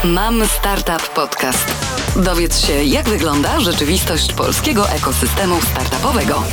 Mam Startup Podcast. Dowiedz się, jak wygląda rzeczywistość polskiego ekosystemu startupowego.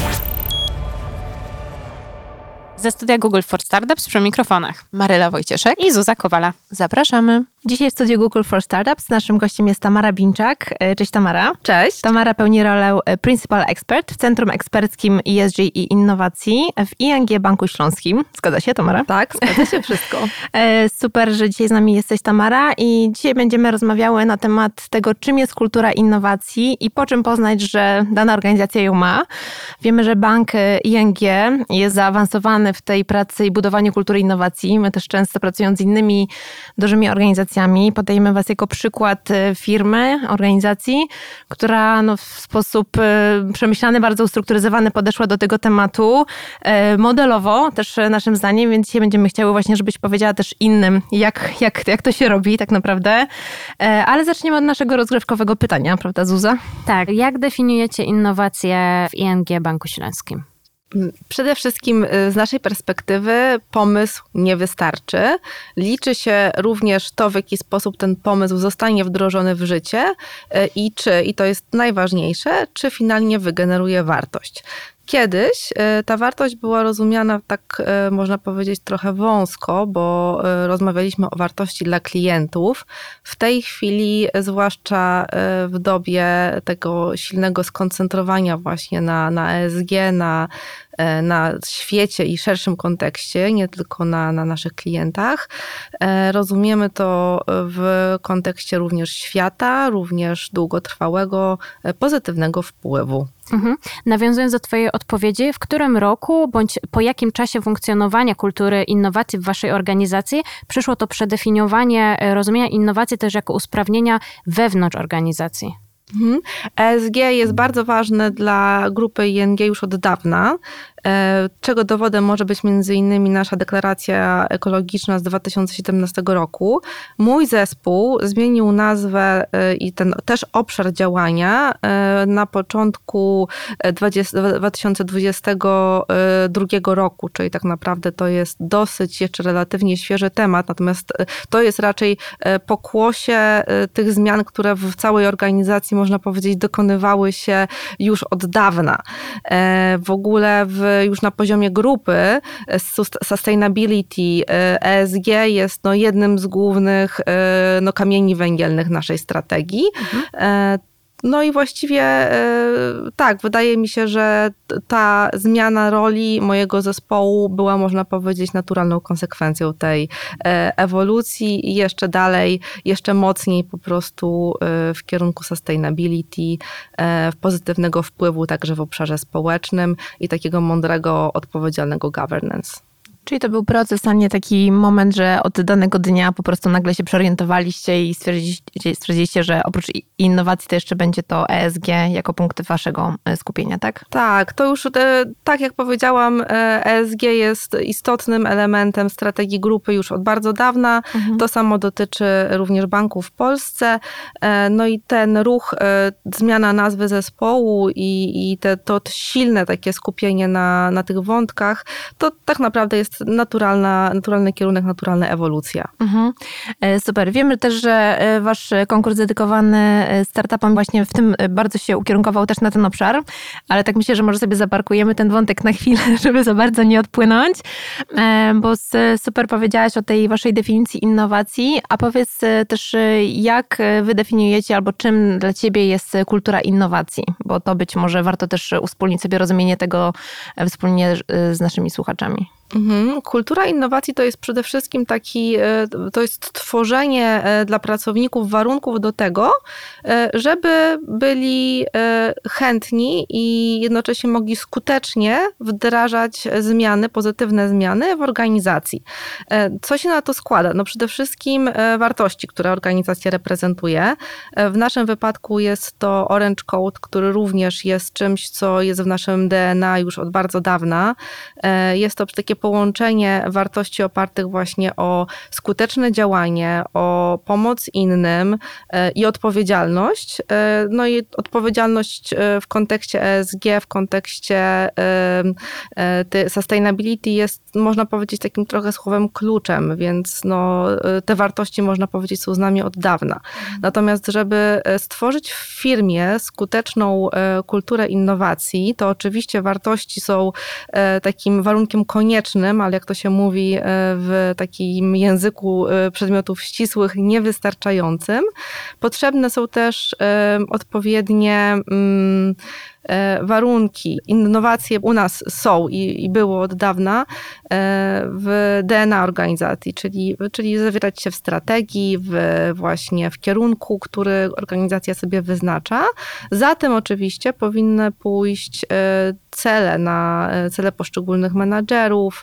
Ze studia Google for Startups przy mikrofonach Maryla Wojcieszek i Zuza Kowala. Zapraszamy. Dzisiaj w studiu Google for Startups naszym gościem jest Tamara Bińczak. Cześć Tamara. Cześć. Tamara pełni rolę Principal Expert w Centrum Eksperckim ESG i Innowacji w ING Banku Śląskim. Zgadza się, Tamara? Tak, zgadza się wszystko. Super, że dzisiaj z nami jesteś, Tamara, i dzisiaj będziemy rozmawiały na temat tego, czym jest kultura innowacji i po czym poznać, że dana organizacja ją ma. Wiemy, że bank ING jest zaawansowany w tej pracy i budowaniu kultury innowacji. My też często pracując z innymi dużymi organizacjami, podajemy was jako przykład firmy, organizacji, która w sposób przemyślany, bardzo ustrukturyzowany podeszła do tego tematu modelowo, też naszym zdaniem, więc dzisiaj będziemy chciały właśnie, żebyś powiedziała też innym, jak to się robi tak naprawdę. Ale zaczniemy od naszego rozgrzewkowego pytania, prawda, Zuza? Tak. Jak definiujecie innowacje w ING Banku Śląskim? Przede wszystkim z naszej perspektywy pomysł nie wystarczy. Liczy się również to, w jaki sposób ten pomysł zostanie wdrożony w życie i to jest najważniejsze, czy finalnie wygeneruje wartość. Kiedyś ta wartość była rozumiana tak, można powiedzieć, trochę wąsko, bo rozmawialiśmy o wartości dla klientów. W tej chwili, zwłaszcza w dobie tego silnego skoncentrowania właśnie na ESG, na świecie i szerszym kontekście, nie tylko na naszych klientach. Rozumiemy to w kontekście również świata, również długotrwałego, pozytywnego wpływu. Nawiązując do twojej odpowiedzi, w którym roku bądź po jakim czasie funkcjonowania kultury innowacji w waszej organizacji przyszło to przedefiniowanie rozumienia innowacji też jako usprawnienia wewnątrz organizacji? ESG jest bardzo ważne dla grupy ING już od dawna, czego dowodem może być m.in. nasza deklaracja ekologiczna z 2017 roku. Mój zespół zmienił nazwę i ten też obszar działania na początku 2022 roku, czyli tak naprawdę to jest dosyć jeszcze relatywnie świeży temat, natomiast to jest raczej pokłosie tych zmian, które w całej organizacji, można powiedzieć, dokonywały się już od dawna. W ogóle już na poziomie grupy sustainability ESG jest jednym z głównych kamieni węgielnych naszej strategii. No i właściwie tak, wydaje mi się, że ta zmiana roli mojego zespołu była, można powiedzieć, naturalną konsekwencją tej ewolucji i jeszcze dalej, jeszcze mocniej po prostu w kierunku sustainability, pozytywnego wpływu także w obszarze społecznym i takiego mądrego, odpowiedzialnego governance. Czyli to był proces, a nie taki moment, że od danego dnia po prostu nagle się przorientowaliście i stwierdziliście, że oprócz innowacji to jeszcze będzie to ESG jako punkt waszego skupienia, tak? Tak, to już, tak jak powiedziałam, ESG jest istotnym elementem strategii grupy już od bardzo dawna. To samo dotyczy również banków w Polsce. No i ten ruch, zmiana nazwy zespołu i to silne takie skupienie na tych wątkach, to tak naprawdę jest naturalny kierunek, naturalna ewolucja. Super. Wiemy też, że wasz konkurs dedykowany startupom właśnie w tym bardzo się ukierunkował też na ten obszar, ale tak myślę, że może sobie zaparkujemy ten wątek na chwilę, żeby za bardzo nie odpłynąć, bo super powiedziałaś o tej waszej definicji innowacji, a powiedz też, jak wy definiujecie albo czym dla ciebie jest kultura innowacji, bo to być może warto też uspólnić sobie rozumienie tego wspólnie z naszymi słuchaczami. Kultura innowacji to jest przede wszystkim to jest tworzenie dla pracowników warunków do tego, żeby byli chętni i jednocześnie mogli skutecznie wdrażać zmiany, pozytywne zmiany w organizacji. Co się na to składa? No przede wszystkim wartości, które organizacja reprezentuje. W naszym wypadku jest to Orange Code, który również jest czymś, co jest w naszym DNA już od bardzo dawna. Jest to takie połączenie wartości opartych właśnie o skuteczne działanie, o pomoc innym i odpowiedzialność. No i odpowiedzialność w kontekście ESG, w kontekście sustainability jest, można powiedzieć, takim trochę słowem kluczem, więc no, te wartości, można powiedzieć, są z nami od dawna. Natomiast żeby stworzyć w firmie skuteczną kulturę innowacji, to oczywiście wartości są takim warunkiem koniecznym, ale jak to się mówi w takim języku przedmiotów ścisłych, niewystarczającym. Potrzebne są też odpowiednie warunki. Innowacje u nas są i było od dawna w DNA organizacji, czyli zawierać się w strategii, właśnie w kierunku, który organizacja sobie wyznacza. Za tym oczywiście powinny pójść cele poszczególnych menadżerów,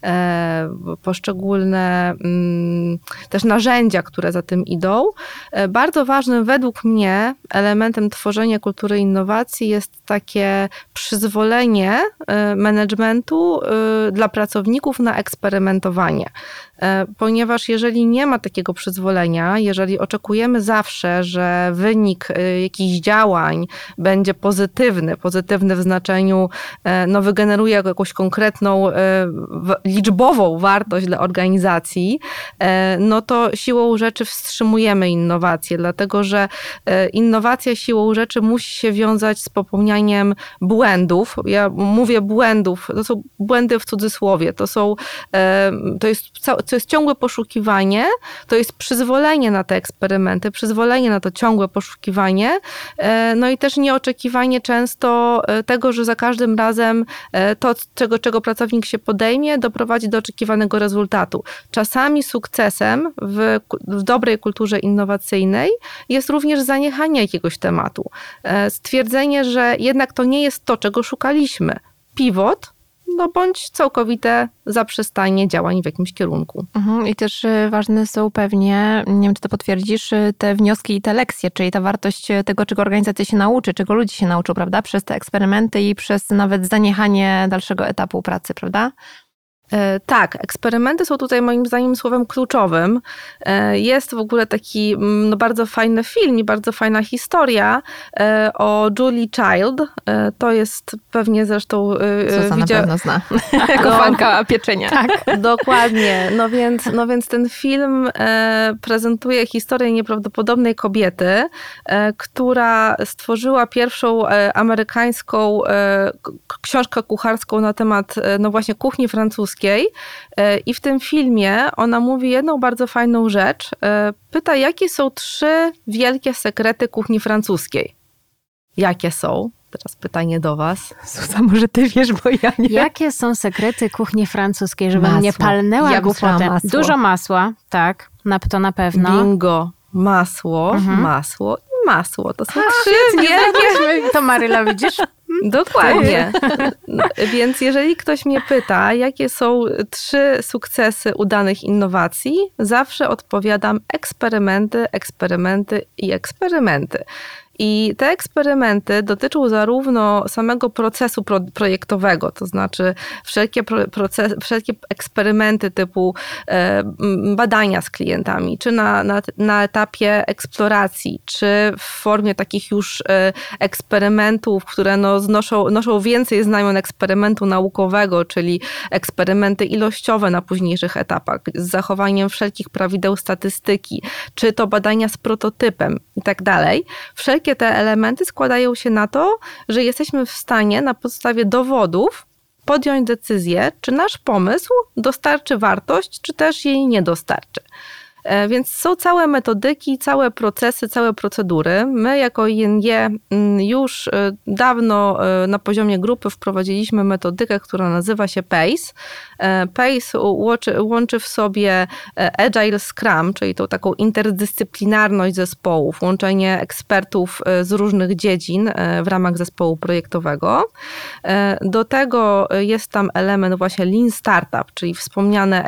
poszczególne też narzędzia, które za tym idą. Bardzo ważnym według mnie elementem tworzenia kultury innowacji jest takie przyzwolenie managementu dla pracowników na eksperymentowanie. Ponieważ jeżeli nie ma takiego przyzwolenia, jeżeli oczekujemy zawsze, że wynik jakichś działań będzie pozytywny w znaczeniu, no wygeneruje jakąś konkretną liczbową wartość dla organizacji, no to siłą rzeczy wstrzymujemy innowacje, dlatego że innowacja siłą rzeczy musi się wiązać z popełnianiem błędów. Ja mówię błędów, to są błędy w cudzysłowie, to jest ciągłe poszukiwanie, to jest przyzwolenie na te eksperymenty, przyzwolenie na to ciągłe poszukiwanie, no i też nieoczekiwanie często tego, że za każdym razem to, czego pracownik się podejmie, doprowadzi do oczekiwanego rezultatu. Czasami sukcesem w dobrej kulturze innowacyjnej jest również zaniechanie jakiegoś tematu. Stwierdzenie, że jednak to nie jest to, czego szukaliśmy. Pivot, no bądź całkowite zaprzestanie działań w jakimś kierunku. I też ważne są pewnie, nie wiem, czy to potwierdzisz, te wnioski i te lekcje, czyli ta wartość tego, czego organizacja się nauczy, czego ludzie się nauczą, prawda? Przez te eksperymenty i przez nawet zaniechanie dalszego etapu pracy, prawda? Tak, eksperymenty są tutaj moim zdaniem słowem kluczowym. Jest w ogóle taki bardzo fajny film i bardzo fajna historia o Julie Child. To jest pewnie zresztą... Zuzanna na pewno zna. Jako fanka pieczenia. Tak, dokładnie. No więc ten film prezentuje historię nieprawdopodobnej kobiety, która stworzyła pierwszą amerykańską książkę kucharską na temat no właśnie kuchni francuskiej. I w tym filmie ona mówi jedną bardzo fajną rzecz. Pyta, jakie są 3 wielkie sekrety kuchni francuskiej. Jakie są? Teraz pytanie do was. Zuza, może ty wiesz, bo ja nie. Jakie są sekrety kuchni francuskiej, żebym Masło. nie palnęła Ja bym głupotem? masło. Dużo masła, tak, to na pewno. Bingo. Masło, masło i masło. To są 3 wielkie... To Maryla, widzisz? Dokładnie. No, więc jeżeli ktoś mnie pyta, jakie są 3 sukcesy udanych innowacji, zawsze odpowiadam eksperymenty, eksperymenty i eksperymenty. I te eksperymenty dotyczą zarówno samego procesu projektowego, to znaczy wszelkie eksperymenty typu badania z klientami, czy na etapie eksploracji, czy w formie takich już eksperymentów, które no noszą więcej znamion eksperymentu naukowego, czyli eksperymenty ilościowe na późniejszych etapach, z zachowaniem wszelkich prawideł statystyki, czy to badania z prototypem i tak dalej. Wszelkie te elementy składają się na to, że jesteśmy w stanie na podstawie dowodów podjąć decyzję, czy nasz pomysł dostarczy wartość, czy też jej nie dostarczy. Więc są całe metodyki, całe procesy, całe procedury. My jako ING już dawno na poziomie grupy wprowadziliśmy metodykę, która nazywa się PACE. PACE łączy w sobie Agile Scrum, czyli tą taką interdyscyplinarność zespołów, łączenie ekspertów z różnych dziedzin w ramach zespołu projektowego. Do tego jest tam element właśnie Lean Startup, czyli wspomniane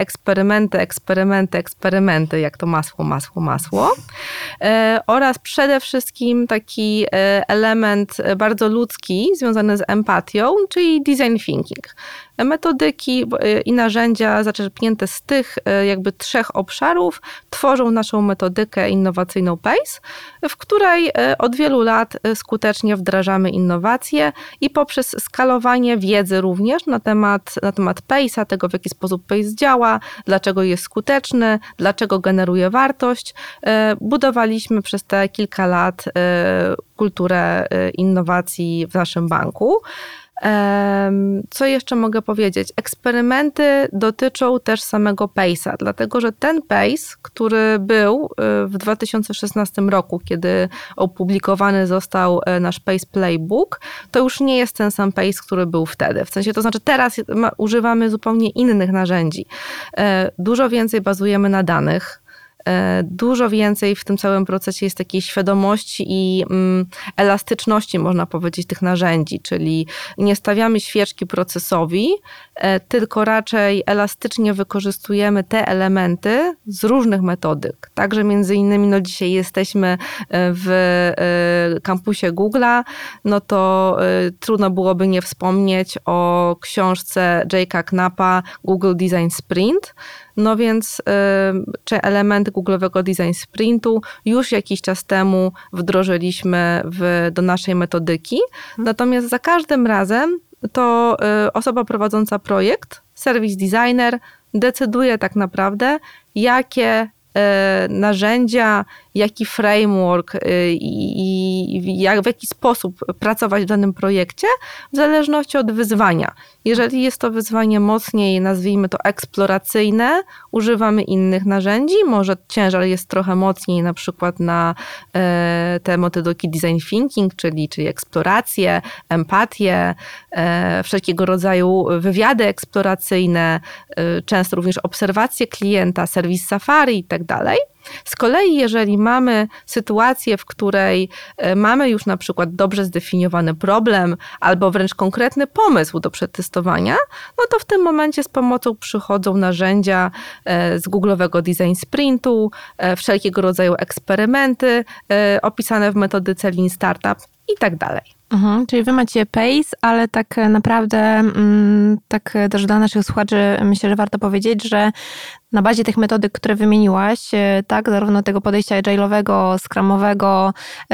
eksperymenty, jak to masło. Oraz przede wszystkim taki element bardzo ludzki, związany z empatią, czyli design thinking. metodyki i narzędzia zaczerpnięte z tych jakby 3 obszarów tworzą naszą metodykę innowacyjną PACE, w której od wielu lat skutecznie wdrażamy innowacje i poprzez skalowanie wiedzy również na temat PACE'a, tego w jaki sposób PACE działa, dlaczego jest skuteczny, dlaczego generuje wartość, budowaliśmy przez te kilka lat kulturę innowacji w naszym banku. Co jeszcze mogę powiedzieć? Eksperymenty dotyczą też samego PACE'a, dlatego że ten PACE, który był w 2016 roku, kiedy opublikowany został nasz PACE Playbook, to już nie jest ten sam PACE, który był wtedy. W sensie, to znaczy teraz używamy zupełnie innych narzędzi. Dużo więcej bazujemy na danych. Dużo więcej w tym całym procesie jest takiej świadomości i elastyczności, można powiedzieć, tych narzędzi, czyli nie stawiamy świeczki procesowi, tylko raczej elastycznie wykorzystujemy te elementy z różnych metodyk. Także między innymi dzisiaj jesteśmy w kampusie Google'a, no to trudno byłoby nie wspomnieć o książce Jake'a Knappa Google Design Sprint. No więc czy elementy Google'owego Design Sprintu już jakiś czas temu wdrożyliśmy do naszej metodyki. Natomiast za każdym razem to osoba prowadząca projekt, service designer, decyduje tak naprawdę, jakie narzędzia, jaki framework i w jaki sposób pracować w danym projekcie, w zależności od wyzwania. Jeżeli jest to wyzwanie mocniej, nazwijmy to eksploracyjne, używamy innych narzędzi, może ciężar jest trochę mocniej na przykład na te metodyki design thinking, czyli eksplorację, empatię, wszelkiego rodzaju wywiady eksploracyjne, często również obserwacje klienta, serwis Safari i tak dalej. Z kolei, jeżeli mamy sytuację, w której mamy już na przykład dobrze zdefiniowany problem albo wręcz konkretny pomysł do przetestowania, no to w tym momencie z pomocą przychodzą narzędzia z Google'owego Design Sprintu, wszelkiego rodzaju eksperymenty opisane w metodyce Lean Startup i tak dalej. Czyli wy macie PACE, ale tak naprawdę tak też dla naszych słuchaczy myślę, że warto powiedzieć, że na bazie tych metodyk, które wymieniłaś, tak, zarówno tego podejścia agile'owego, scrumowego,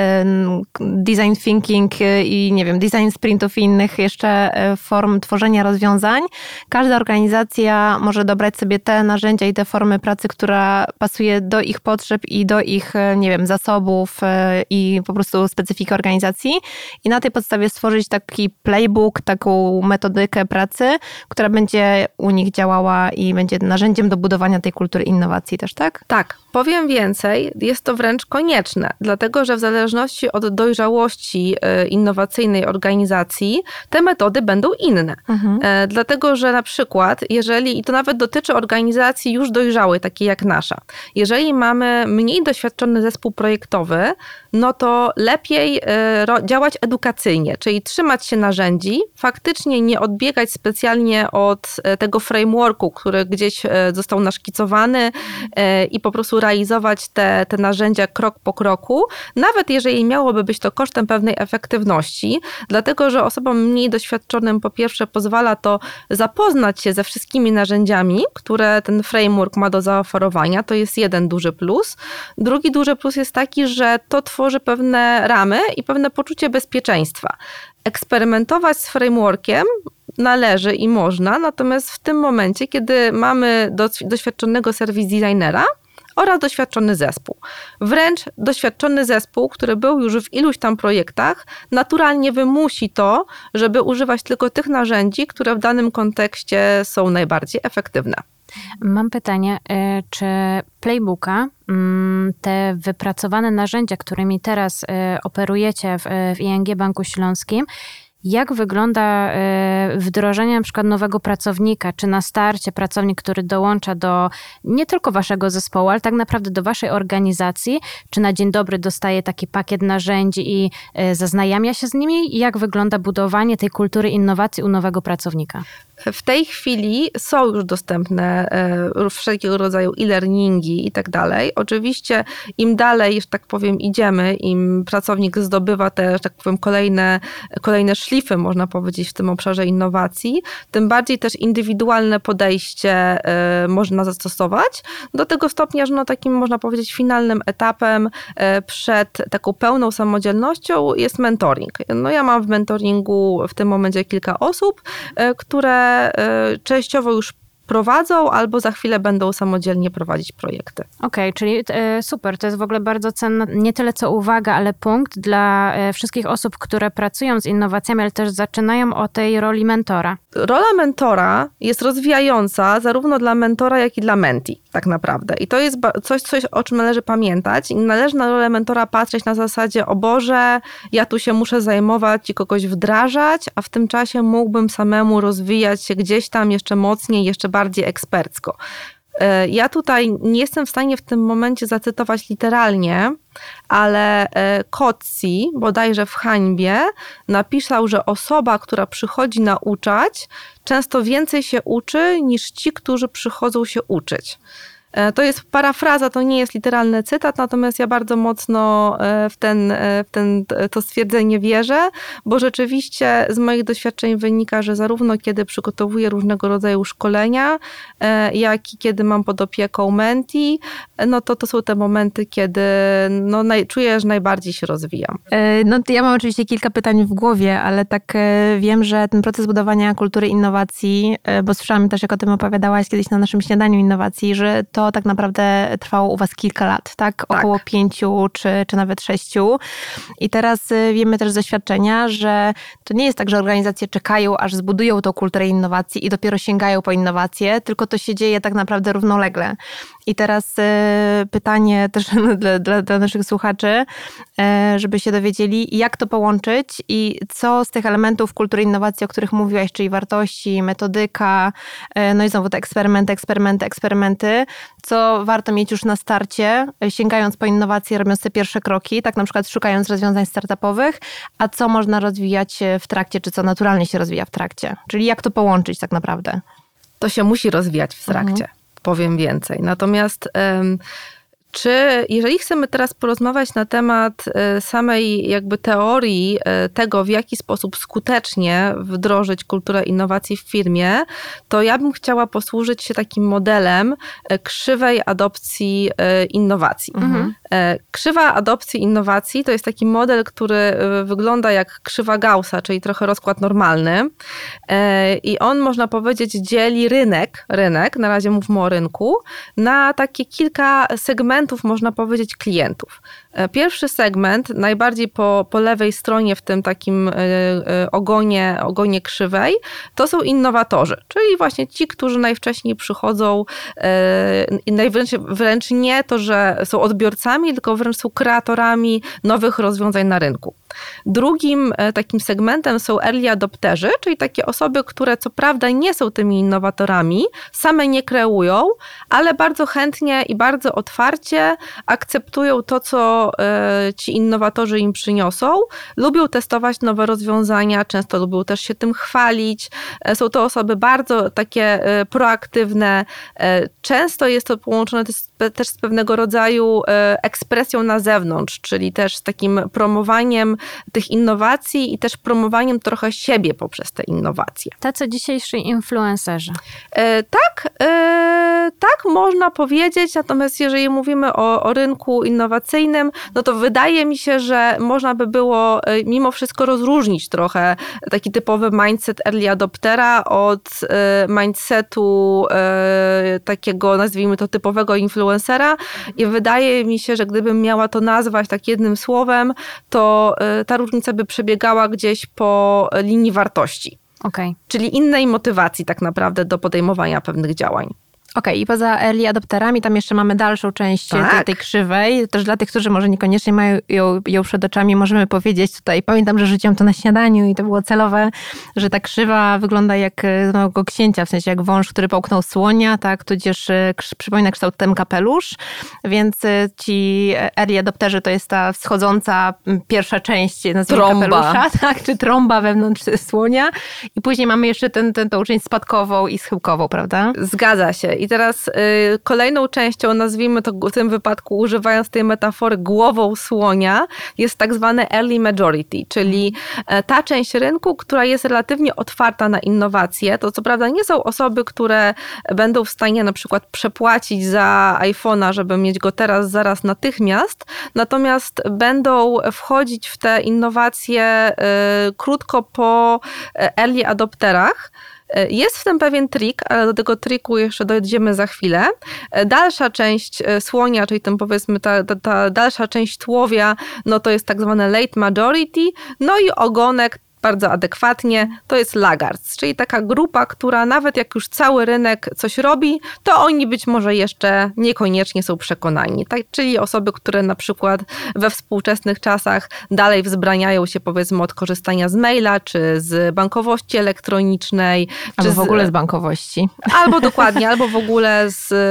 design thinking i nie wiem, design sprintów i innych jeszcze form tworzenia rozwiązań, każda organizacja może dobrać sobie te narzędzia i te formy pracy, która pasuje do ich potrzeb i do ich, nie wiem, zasobów i po prostu specyfiki organizacji i na tej podstawie stworzyć taki playbook, taką metodykę pracy, która będzie u nich działała i będzie narzędziem do budowania tej kultury innowacji też, tak? Tak. Powiem więcej, jest to wręcz konieczne, dlatego że w zależności od dojrzałości innowacyjnej organizacji te metody będą inne. Dlatego, że na przykład, jeżeli, i to nawet dotyczy organizacji już dojrzałej, takiej jak nasza, jeżeli mamy mniej doświadczony zespół projektowy, no to lepiej działać edukacyjnie, czyli trzymać się narzędzi, faktycznie nie odbiegać specjalnie od tego frameworku, który gdzieś został naszkicowany i po prostu realizować te narzędzia krok po kroku, nawet jeżeli miałoby być to kosztem pewnej efektywności, dlatego że osobom mniej doświadczonym po pierwsze pozwala to zapoznać się ze wszystkimi narzędziami, które ten framework ma do zaoferowania, to jest jeden duży plus. Drugi duży plus jest taki, że to tworzy pewne ramy i pewne poczucie bezpieczeństwa. Eksperymentować z frameworkiem należy i można, natomiast w tym momencie, kiedy mamy doświadczonego serwis designera oraz doświadczony zespół. Wręcz doświadczony zespół, który był już w iluś tam projektach, naturalnie wymusi to, żeby używać tylko tych narzędzi, które w danym kontekście są najbardziej efektywne. Mam pytanie, czy Playbooka, te wypracowane narzędzia, którymi teraz operujecie w ING Banku Śląskim, jak wygląda wdrożenie na przykład nowego pracownika, czy na starcie pracownik, który dołącza do nie tylko waszego zespołu, ale tak naprawdę do waszej organizacji, czy na dzień dobry dostaje taki pakiet narzędzi i zaznajamia się z nimi? Jak wygląda budowanie tej kultury innowacji u nowego pracownika? W tej chwili są już dostępne wszelkiego rodzaju e-learningi i tak dalej. Oczywiście im dalej, że tak powiem, idziemy, im pracownik zdobywa te, że tak powiem, kolejne szlify szlify, można powiedzieć, w tym obszarze innowacji, tym bardziej też indywidualne podejście można zastosować. Do tego stopnia, że takim, można powiedzieć, finalnym etapem przed taką pełną samodzielnością jest mentoring. Ja mam w mentoringu w tym momencie kilka osób, które częściowo już prowadzą albo za chwilę będą samodzielnie prowadzić projekty. Okej, czyli super, to jest w ogóle bardzo cenna, nie tyle co uwaga, ale punkt dla wszystkich osób, które pracują z innowacjami, ale też zaczynają o tej roli mentora. Rola mentora jest rozwijająca zarówno dla mentora, jak i dla mentee, tak naprawdę. I to jest coś, o czym należy pamiętać. I należy na rolę mentora patrzeć na zasadzie, o Boże, ja tu się muszę zajmować i kogoś wdrażać, a w tym czasie mógłbym samemu rozwijać się gdzieś tam jeszcze mocniej, jeszcze bardziej ekspercko. Ja tutaj nie jestem w stanie w tym momencie zacytować literalnie, ale Coetzee, bodajże w Hańbie, napisał, że osoba, która przychodzi nauczać, często więcej się uczy niż ci, którzy przychodzą się uczyć. To jest parafraza, to nie jest literalny cytat, natomiast ja bardzo mocno to stwierdzenie wierzę, bo rzeczywiście z moich doświadczeń wynika, że zarówno kiedy przygotowuję różnego rodzaju szkolenia, jak i kiedy mam pod opieką mentee, to są te momenty, kiedy czuję, że najbardziej się rozwijam. Ja mam oczywiście kilka pytań w głowie, ale tak wiem, że ten proces budowania kultury innowacji, bo słyszałam też, jak o tym opowiadałaś kiedyś na naszym śniadaniu innowacji, że to tak naprawdę trwało u was kilka lat, tak? Około 5 czy nawet 6. I teraz wiemy też z doświadczenia, że to nie jest tak, że organizacje czekają, aż zbudują tą kulturę innowacji i dopiero sięgają po innowacje, tylko to się dzieje tak naprawdę równolegle. I teraz pytanie też dla naszych słuchaczy, żeby się dowiedzieli, jak to połączyć i co z tych elementów kultury innowacji, o których mówiłaś, czyli wartości, metodyka, i znowu te eksperymenty, co warto mieć już na starcie, sięgając po innowacje, robiąc te pierwsze kroki, tak na przykład szukając rozwiązań startupowych, a co można rozwijać w trakcie, czy co naturalnie się rozwija w trakcie. Czyli jak to połączyć tak naprawdę? To się musi rozwijać w trakcie, powiem więcej. Natomiast jeżeli chcemy teraz porozmawiać na temat samej jakby teorii tego, w jaki sposób skutecznie wdrożyć kulturę innowacji w firmie, to ja bym chciała posłużyć się takim modelem krzywej adopcji innowacji. Krzywa adopcji innowacji to jest taki model, który wygląda jak krzywa Gaussa, czyli trochę rozkład normalny. I on, można powiedzieć, dzieli rynek, na razie mówmy o rynku, na takie kilka segmentów, można powiedzieć, klientów. Pierwszy segment, najbardziej po lewej stronie w tym takim ogonie krzywej, to są innowatorzy, czyli właśnie ci, którzy najwcześniej przychodzą, wręcz nie to, że są odbiorcami, tylko wręcz są kreatorami nowych rozwiązań na rynku. Drugim takim segmentem są early adopterzy, czyli takie osoby, które co prawda nie są tymi innowatorami, same nie kreują, ale bardzo chętnie i bardzo otwarcie akceptują to, co ci innowatorzy im przyniosą. Lubią testować nowe rozwiązania, często lubią też się tym chwalić. Są to osoby bardzo takie proaktywne. Często jest to połączone też z pewnego rodzaju ekspresją na zewnątrz, czyli też z takim promowaniem tych innowacji i też promowaniem trochę siebie poprzez te innowacje. Tacy dzisiejsi influencerzy. Tak można powiedzieć, natomiast jeżeli mówimy o rynku innowacyjnym, to wydaje mi się, że można by było mimo wszystko rozróżnić trochę taki typowy mindset early adoptera od mindsetu takiego, nazwijmy to, typowego influencera i wydaje mi się, że gdybym miała to nazwać tak jednym słowem, to ta różnica by przebiegała gdzieś po linii wartości. Okay. Czyli innej motywacji tak naprawdę do podejmowania pewnych działań. Okej, i poza early adopterami tam jeszcze mamy dalszą część tej krzywej. Też dla tych, którzy może niekoniecznie mają ją przed oczami, możemy powiedzieć tutaj, pamiętam, że rzuciłam to na śniadaniu i to było celowe, że ta krzywa wygląda jak małego księcia, w sensie jak wąż, który połknął słonia, tak, tudzież przypomina kształtem kapelusz, więc ci early adopterzy to jest ta wschodząca pierwsza część, nazwijmy kapelusza, tak, czy trąba wewnątrz słonia i później mamy jeszcze tą część spadkową i schyłkową, prawda? Zgadza się. I teraz kolejną częścią, nazwijmy to w tym wypadku używając tej metafory głową słonia, jest tak zwane early majority, czyli ta część rynku, która jest relatywnie otwarta na innowacje. To co prawda nie są osoby, które będą w stanie na przykład przepłacić za iPhone'a, żeby mieć go teraz, zaraz, natychmiast, natomiast będą wchodzić w te innowacje krótko po early adopterach. Jest w tym pewien trik, ale do tego triku jeszcze dojdziemy za chwilę. Dalsza część słonia, czyli tym powiedzmy ta dalsza część tułowia, no to jest tak zwane late majority, no i ogonek bardzo adekwatnie, to jest laggards, czyli taka grupa, która nawet jak już cały rynek coś robi, to oni być może jeszcze niekoniecznie są przekonani. Tak, czyli osoby, które na przykład we współczesnych czasach dalej wzbraniają się powiedzmy od korzystania z maila, czy z bankowości elektronicznej. Albo czy w ogóle z bankowości. Albo dokładnie, albo w ogóle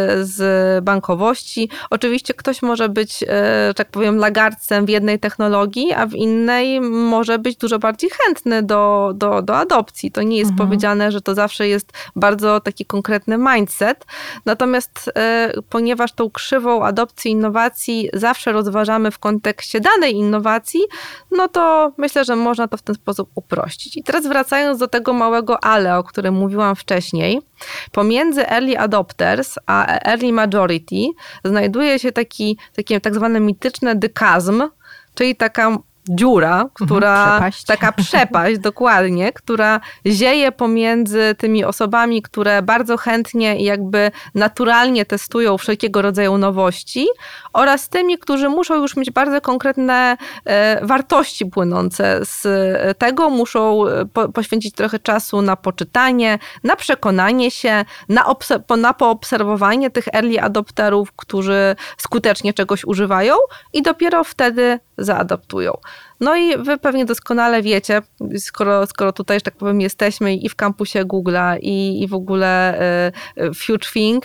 z bankowości. Oczywiście ktoś może być, tak powiem, lagardzem w jednej technologii, a w innej może być dużo bardziej chętny do adopcji. To nie jest powiedziane, że to zawsze jest bardzo taki konkretny mindset. Natomiast ponieważ tą krzywą adopcji innowacji zawsze rozważamy w kontekście danej innowacji, no to myślę, że można to w ten sposób uprościć. I teraz wracając do tego małego ale, o którym mówiłam wcześniej, pomiędzy early adopters a early majority znajduje się taki tak zwany mityczny dykazm, czyli taka dziura, taka przepaść, dokładnie, która zieje pomiędzy tymi osobami, które bardzo chętnie i jakby naturalnie testują wszelkiego rodzaju nowości oraz tymi, którzy muszą już mieć bardzo konkretne wartości płynące z tego, muszą poświęcić trochę czasu na poczytanie, na przekonanie się, na poobserwowanie tych early adopterów, którzy skutecznie czegoś używają i dopiero wtedy zaadoptują. No i wy pewnie doskonale wiecie, skoro tutaj, że tak powiem, jesteśmy i w kampusie Google'a i w ogóle w Huge Think,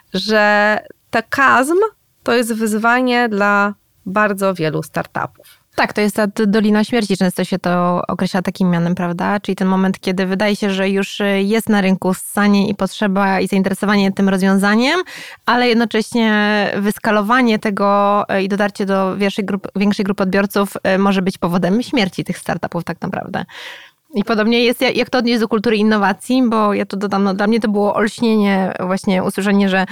że takazm to jest wyzwanie dla bardzo wielu startupów. Tak, to jest ta dolina śmierci, często się to określa takim mianem, prawda? Czyli ten moment, kiedy wydaje się, że już jest na rynku ssanie i potrzeba i zainteresowanie tym rozwiązaniem, ale jednocześnie wyskalowanie tego i dotarcie do większej grupy odbiorców może być powodem śmierci tych startupów tak naprawdę. I podobnie jest, jak to odnieść do kultury innowacji, bo ja to dodam, no dla mnie to było olśnienie, właśnie usłyszenie, że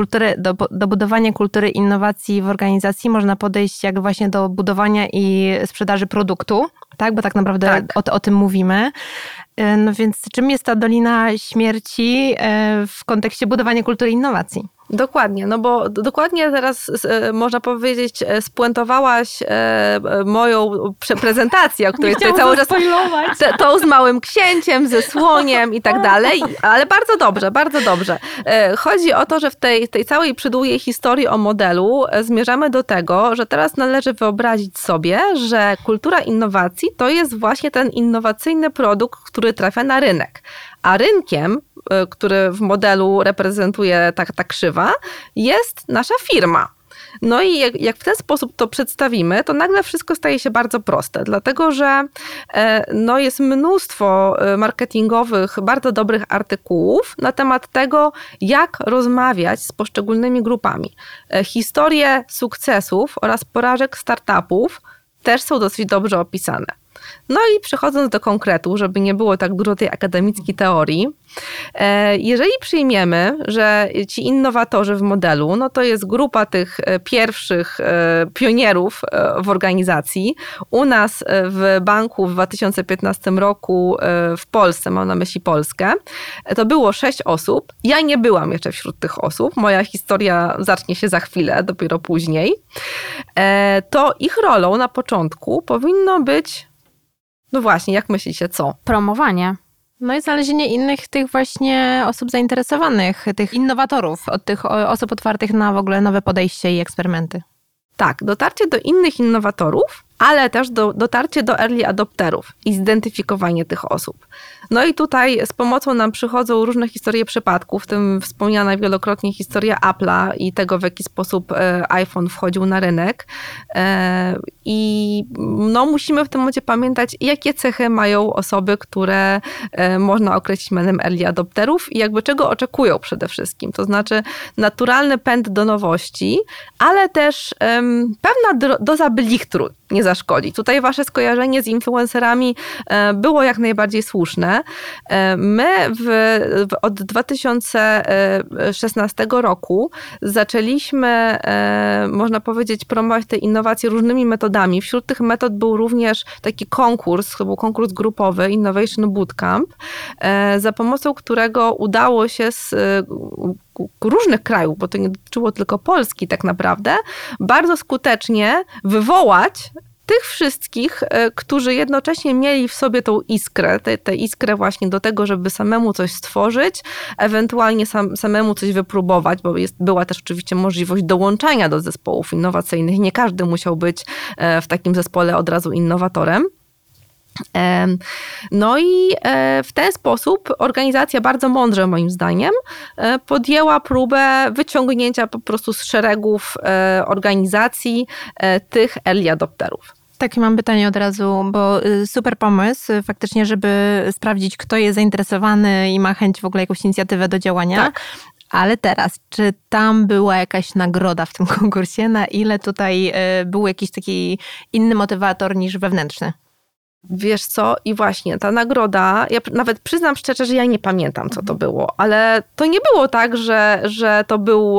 do budowania kultury innowacji w organizacji można podejść jak właśnie do budowania i sprzedaży produktu, tak? Bo tak naprawdę o tym mówimy. No więc czym jest ta dolina śmierci w kontekście budowania kultury innowacji? Dokładnie, no bo dokładnie teraz można powiedzieć spuentowałaś moją prezentację, o której tutaj cały czas tą z małym księciem, ze słoniem i tak dalej, ale bardzo dobrze, bardzo dobrze. Chodzi o to, że w tej całej przydługiej historii o modelu zmierzamy do tego, że teraz należy wyobrazić sobie, że kultura innowacji to jest właśnie ten innowacyjny produkt, który trafia na rynek. A rynkiem, który w modelu reprezentuje ta krzywa, jest nasza firma. No i jak w ten sposób to przedstawimy, to nagle wszystko staje się bardzo proste, dlatego że no jest mnóstwo marketingowych, bardzo dobrych artykułów na temat tego, jak rozmawiać z poszczególnymi grupami. Historie sukcesów oraz porażek startupów też są dosyć dobrze opisane. No i przechodząc do konkretu, żeby nie było tak dużo tej akademickiej teorii, jeżeli przyjmiemy, że ci innowatorzy w modelu, no to jest grupa tych pierwszych pionierów w organizacji. U nas w banku w 2015 roku w Polsce, mam na myśli Polskę, to było 6 osób. Ja nie byłam jeszcze wśród tych osób. Moja historia zacznie się za chwilę, dopiero później. To ich rolą na początku powinno być, no właśnie, jak myślicie, co? Promowanie. No i znalezienie innych tych właśnie osób zainteresowanych, tych innowatorów, od tych osób otwartych na w ogóle nowe podejście i eksperymenty. Tak, dotarcie do innych innowatorów ale też dotarcie do early adopterów i zidentyfikowanie tych osób. No i tutaj z pomocą nam przychodzą różne historie przypadków, w tym wspomniana wielokrotnie historia Apple'a i tego, w jaki sposób iPhone wchodził na rynek. I no, musimy w tym momencie pamiętać, jakie cechy mają osoby, które można określić mianem early adopterów i jakby czego oczekują przede wszystkim. To znaczy naturalny pęd do nowości, ale też pewna doza blichtru nie zaszkodzi. Tutaj wasze skojarzenie z influencerami było jak najbardziej słuszne. My od 2016 roku zaczęliśmy, można powiedzieć, promować te innowacje różnymi metodami. Wśród tych metod był również taki konkurs, to był konkurs grupowy Innovation Bootcamp, za pomocą którego udało się z różnych krajów, bo to nie dotyczyło tylko Polski tak naprawdę, bardzo skutecznie wywołać tych wszystkich, którzy jednocześnie mieli w sobie tą iskrę, tę iskrę właśnie do tego, żeby samemu coś stworzyć, ewentualnie samemu coś wypróbować, bo była też oczywiście możliwość dołączania do zespołów innowacyjnych. Nie każdy musiał być w takim zespole od razu innowatorem. No i w ten sposób organizacja bardzo mądrze moim zdaniem podjęła próbę wyciągnięcia po prostu z szeregów organizacji tych early adopterów. Takie mam pytanie od razu, bo super pomysł faktycznie, żeby sprawdzić, kto jest zainteresowany i ma chęć w ogóle jakąś inicjatywę do działania. Tak. Ale teraz, czy tam była jakaś nagroda w tym konkursie? Na ile tutaj był jakiś taki inny motywator niż wewnętrzny? Wiesz co? I właśnie ta nagroda, ja nawet przyznam szczerze, że ja nie pamiętam, co to było, ale to nie było tak, że to był,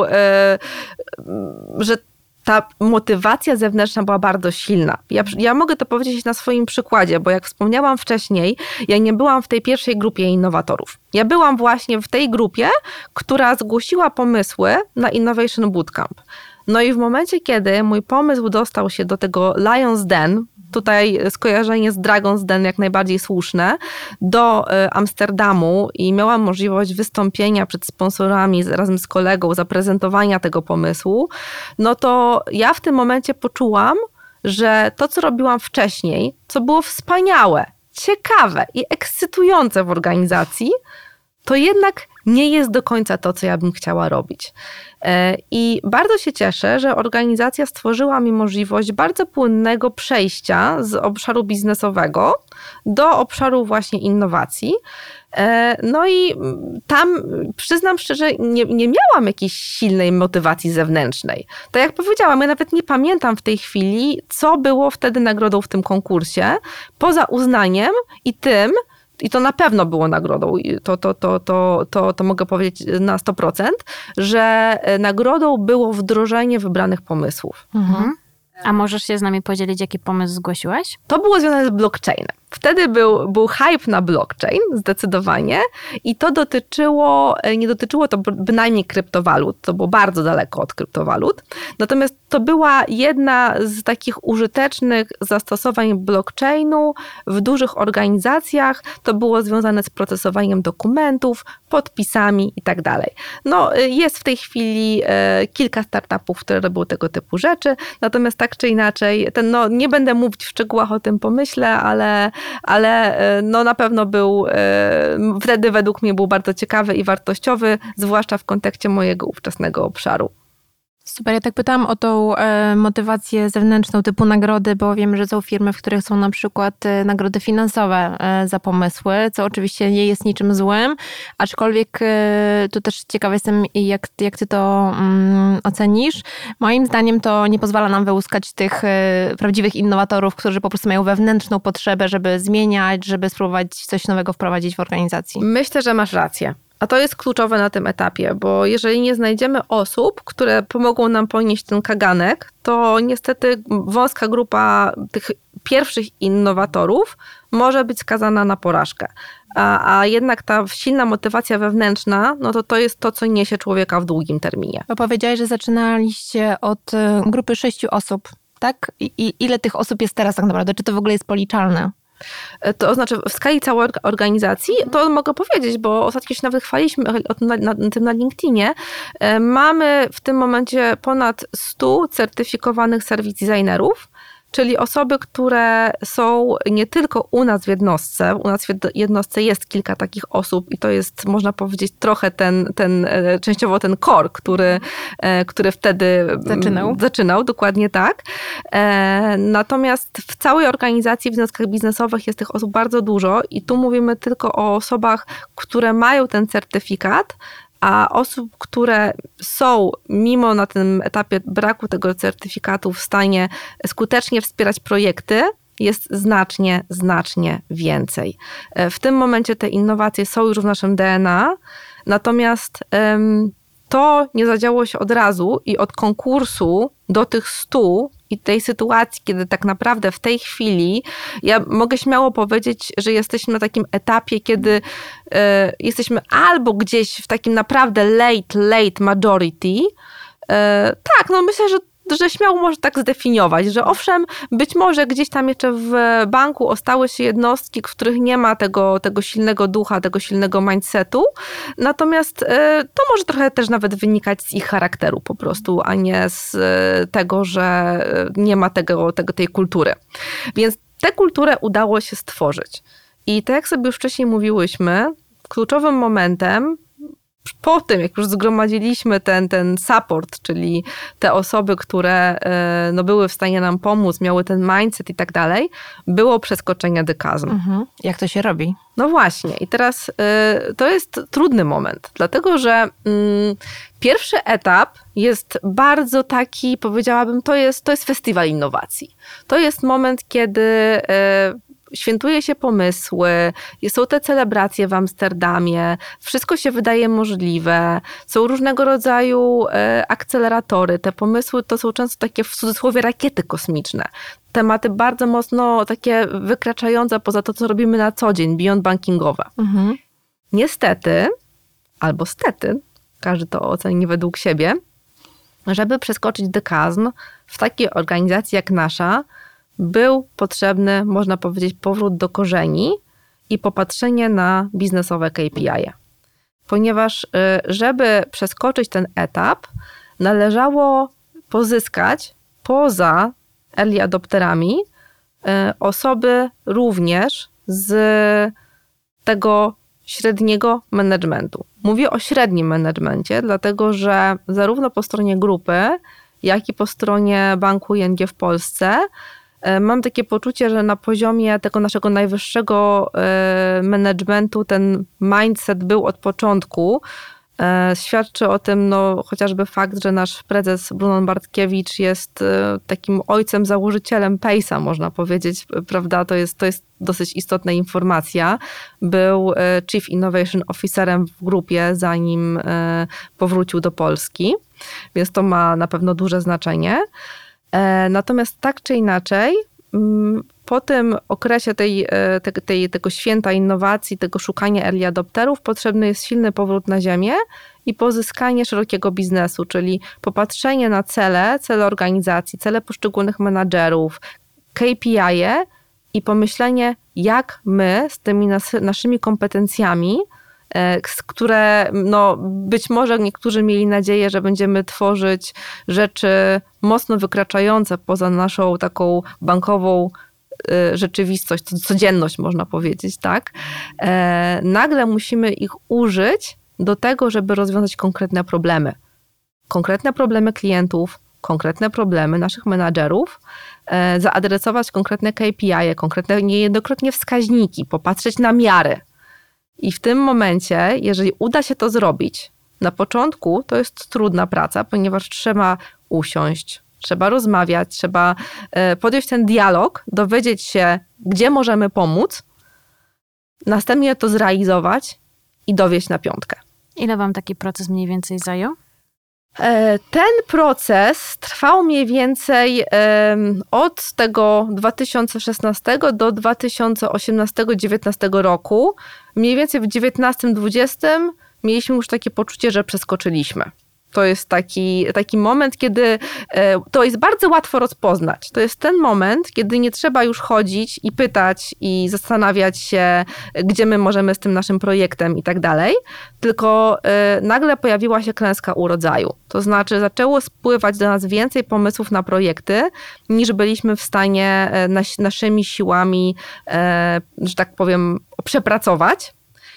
że ta motywacja zewnętrzna była bardzo silna. Ja mogę to powiedzieć na swoim przykładzie, bo jak wspomniałam wcześniej, ja nie byłam w tej pierwszej grupie innowatorów. Ja byłam właśnie w tej grupie, która zgłosiła pomysły na Innovation Bootcamp. No i w momencie, kiedy mój pomysł dostał się do tego Lion's Den, tutaj skojarzenie z Dragon's Den jak najbardziej słuszne, do Amsterdamu i miałam możliwość wystąpienia przed sponsorami razem z kolegą, zaprezentowania tego pomysłu, no to ja w tym momencie poczułam, że to, co robiłam wcześniej, co było wspaniałe, ciekawe i ekscytujące w organizacji, to jednak nie jest do końca to, co ja bym chciała robić. I bardzo się cieszę, że organizacja stworzyła mi możliwość bardzo płynnego przejścia z obszaru biznesowego do obszaru właśnie innowacji. No i tam, przyznam szczerze, nie miałam jakiejś silnej motywacji zewnętrznej. Tak jak powiedziałam, ja nawet nie pamiętam w tej chwili, co było wtedy nagrodą w tym konkursie, poza uznaniem i tym, i to na pewno było nagrodą, to mogę powiedzieć na 100%, że nagrodą było wdrożenie wybranych pomysłów. Mhm. A możesz się z nami podzielić, jaki pomysł zgłosiłaś? To było związane z blockchainem. Wtedy był hype na blockchain, zdecydowanie, i to nie dotyczyło to bynajmniej kryptowalut, to było bardzo daleko od kryptowalut, natomiast to była jedna z takich użytecznych zastosowań blockchainu w dużych organizacjach, to było związane z procesowaniem dokumentów, podpisami i tak dalej. No, jest w tej chwili kilka startupów, które robią tego typu rzeczy, natomiast tak czy inaczej, nie będę mówić w szczegółach o tym pomyśle, ale no na pewno wtedy według mnie był bardzo ciekawy i wartościowy, zwłaszcza w kontekście mojego ówczesnego obszaru. Super, ja tak pytałam o tą motywację zewnętrzną typu nagrody, bo wiem, że są firmy, w których są na przykład nagrody finansowe za pomysły, co oczywiście nie jest niczym złym, aczkolwiek tu też ciekawa jestem, jak ty to ocenisz. Moim zdaniem to nie pozwala nam wyłuskać tych prawdziwych innowatorów, którzy po prostu mają wewnętrzną potrzebę, żeby zmieniać, żeby spróbować coś nowego wprowadzić w organizacji. Myślę, że masz rację. A to jest kluczowe na tym etapie, bo jeżeli nie znajdziemy osób, które pomogą nam ponieść ten kaganek, to niestety wąska grupa tych pierwszych innowatorów może być skazana na porażkę. A jednak ta silna motywacja wewnętrzna, no to jest to, co niesie człowieka w długim terminie. Bo powiedziałeś, że zaczynaliście od grupy 6 osób, tak? I ile tych osób jest teraz tak naprawdę? Czy to w ogóle jest policzalne? To znaczy w skali całej organizacji, to mogę powiedzieć, bo ostatnio się nawet chwaliliśmy tym na LinkedInie. Mamy w tym momencie ponad 100 certyfikowanych serwis designerów, czyli osoby, które są nie tylko u nas w jednostce. U nas w jednostce jest kilka takich osób i to jest, można powiedzieć, trochę częściowo ten core, który wtedy zaczynał, dokładnie tak. Natomiast w całej organizacji, w związkach biznesowych jest tych osób bardzo dużo i tu mówimy tylko o osobach, które mają ten certyfikat, a osób, które są mimo na tym etapie braku tego certyfikatu w stanie skutecznie wspierać projekty, jest znacznie więcej. W tym momencie te innowacje są już w naszym DNA, natomiast to nie zadziało się od razu i od konkursu do tych 100 i tej sytuacji, kiedy tak naprawdę w tej chwili ja mogę śmiało powiedzieć, że jesteśmy na takim etapie, kiedy jesteśmy albo gdzieś w takim naprawdę late majority. Tak, no myślę, że śmiało można tak zdefiniować, że owszem, być może gdzieś tam jeszcze w banku ostały się jednostki, w których nie ma tego silnego ducha, tego silnego mindsetu, natomiast to może trochę też nawet wynikać z ich charakteru po prostu, a nie z tego, że nie ma tej kultury. Więc tę kulturę udało się stworzyć. I tak jak sobie już wcześniej mówiłyśmy, kluczowym momentem po tym, jak już zgromadziliśmy ten support, czyli te osoby, które były w stanie nam pomóc, miały ten mindset i tak dalej, było przeskoczenie dekazmu. Jak to się robi? No właśnie. I teraz to jest trudny moment, dlatego że pierwszy etap jest bardzo taki, powiedziałabym, to jest festiwal innowacji. To jest moment, kiedy świętuje się pomysły, są te celebracje w Amsterdamie, wszystko się wydaje możliwe, są różnego rodzaju akceleratory. Te pomysły to są często takie w cudzysłowie rakiety kosmiczne. Tematy bardzo mocno takie wykraczające poza to, co robimy na co dzień, beyond bankingowe. Niestety, albo stety, każdy to oceni według siebie, żeby przeskoczyć dekazm w takiej organizacji jak nasza, był potrzebny, można powiedzieć, powrót do korzeni i popatrzenie na biznesowe KPI. Ponieważ żeby przeskoczyć ten etap, należało pozyskać poza early adopterami osoby również z tego średniego managementu. Mówię o średnim managemencie, dlatego że zarówno po stronie grupy, jak i po stronie Banku ING w Polsce mam takie poczucie, że na poziomie tego naszego najwyższego managementu ten mindset był od początku. Świadczy o tym chociażby fakt, że nasz prezes Brunon Bartkiewicz jest takim ojcem, założycielem Pace'a, można powiedzieć, prawda? To jest dosyć istotna informacja. Był Chief Innovation Officerem w grupie, zanim powrócił do Polski, więc to ma na pewno duże znaczenie. Natomiast tak czy inaczej, po tym okresie tego święta innowacji, tego szukania early adopterów, potrzebny jest silny powrót na ziemię i pozyskanie szerokiego biznesu, czyli popatrzenie na cele organizacji, cele poszczególnych menadżerów, KPI-e i pomyślenie, jak my z tymi naszymi kompetencjami, które być może niektórzy mieli nadzieję, że będziemy tworzyć rzeczy mocno wykraczające poza naszą taką bankową rzeczywistość, codzienność można powiedzieć, tak? Nagle musimy ich użyć do tego, żeby rozwiązać konkretne problemy. Konkretne problemy klientów, konkretne problemy naszych menadżerów, zaadresować konkretne KPI, konkretne niejednokrotnie wskaźniki, popatrzeć na miary. I w tym momencie, jeżeli uda się to zrobić, na początku to jest trudna praca, ponieważ trzeba usiąść, trzeba rozmawiać, trzeba podjąć ten dialog, dowiedzieć się, gdzie możemy pomóc, następnie to zrealizować i dowieść na piątkę. Ile wam taki proces mniej więcej zajął? Ten proces trwał mniej więcej od tego 2016 do 2018-2019 roku. Mniej więcej w 2019-2020 mieliśmy już takie poczucie, że przeskoczyliśmy. To jest taki moment, kiedy to jest bardzo łatwo rozpoznać. To jest ten moment, kiedy nie trzeba już chodzić i pytać i zastanawiać się, gdzie my możemy z tym naszym projektem i tak dalej, tylko nagle pojawiła się klęska urodzaju. To znaczy zaczęło spływać do nas więcej pomysłów na projekty, niż byliśmy w stanie naszymi siłami, że tak powiem, przepracować.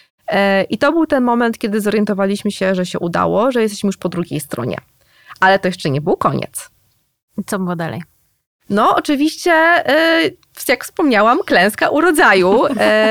I to był ten moment, kiedy zorientowaliśmy się, że się udało, że jesteśmy już po drugiej stronie. Ale to jeszcze nie był koniec. Co było dalej? No, oczywiście, jak wspomniałam, klęska urodzaju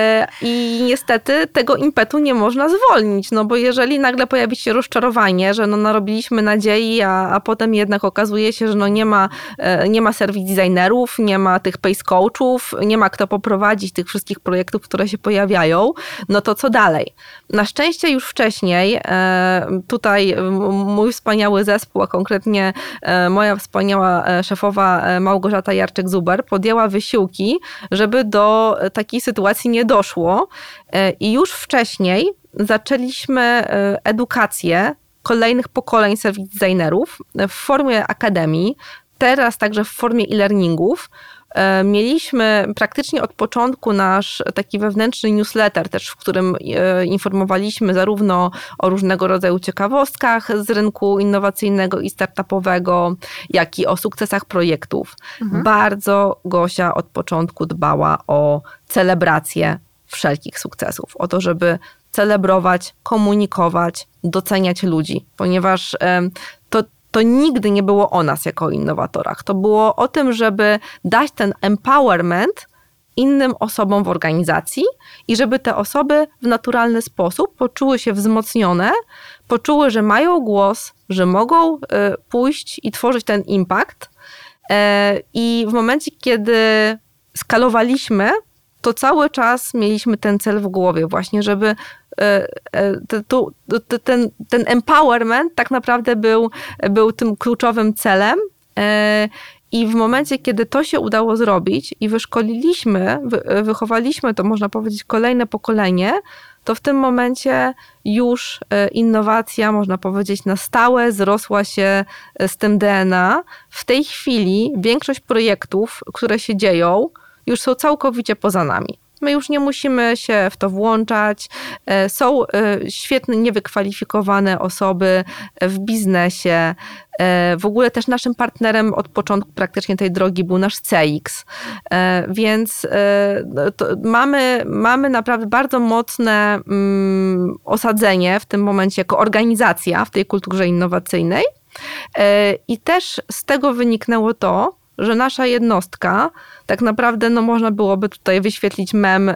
i niestety tego impetu nie można zwolnić, no bo jeżeli nagle pojawi się rozczarowanie, że no narobiliśmy nadziei, a potem jednak okazuje się, że no nie ma service designerów, nie ma tych pace coachów, nie ma kto poprowadzić tych wszystkich projektów, które się pojawiają, no to co dalej? Na szczęście już wcześniej tutaj mój wspaniały zespół, a konkretnie moja wspaniała szefowa Małgorzata Jarczyk-Zuber podjęła wysiłki, żeby do takiej sytuacji nie doszło i już wcześniej zaczęliśmy edukację kolejnych pokoleń service designerów w formie akademii, teraz także w formie e-learningów. Mieliśmy praktycznie od początku nasz taki wewnętrzny newsletter też, w którym informowaliśmy zarówno o różnego rodzaju ciekawostkach z rynku innowacyjnego i startupowego, jak i o sukcesach projektów. Bardzo Gosia od początku dbała o celebrację wszelkich sukcesów, o to, żeby celebrować, komunikować, doceniać ludzi, ponieważ to nigdy nie było o nas jako innowatorach. To było o tym, żeby dać ten empowerment innym osobom w organizacji i żeby te osoby w naturalny sposób poczuły się wzmocnione, poczuły, że mają głos, że mogą pójść i tworzyć ten impact. I w momencie, kiedy skalowaliśmy, to cały czas mieliśmy ten cel w głowie właśnie, żeby ten empowerment tak naprawdę był tym kluczowym celem. I w momencie, kiedy to się udało zrobić i wychowaliśmy to, można powiedzieć, kolejne pokolenie, to w tym momencie już innowacja, można powiedzieć, na stałe zrosła się z tym DNA. W tej chwili większość projektów, które się dzieją, już są całkowicie poza nami. My już nie musimy się w to włączać. Są świetne, niewykwalifikowane osoby w biznesie. W ogóle też naszym partnerem od początku praktycznie tej drogi był nasz CX. Więc mamy naprawdę bardzo mocne osadzenie w tym momencie jako organizacja w tej kulturze innowacyjnej. I też z tego wyniknęło to, że nasza jednostka, tak naprawdę można byłoby tutaj wyświetlić mem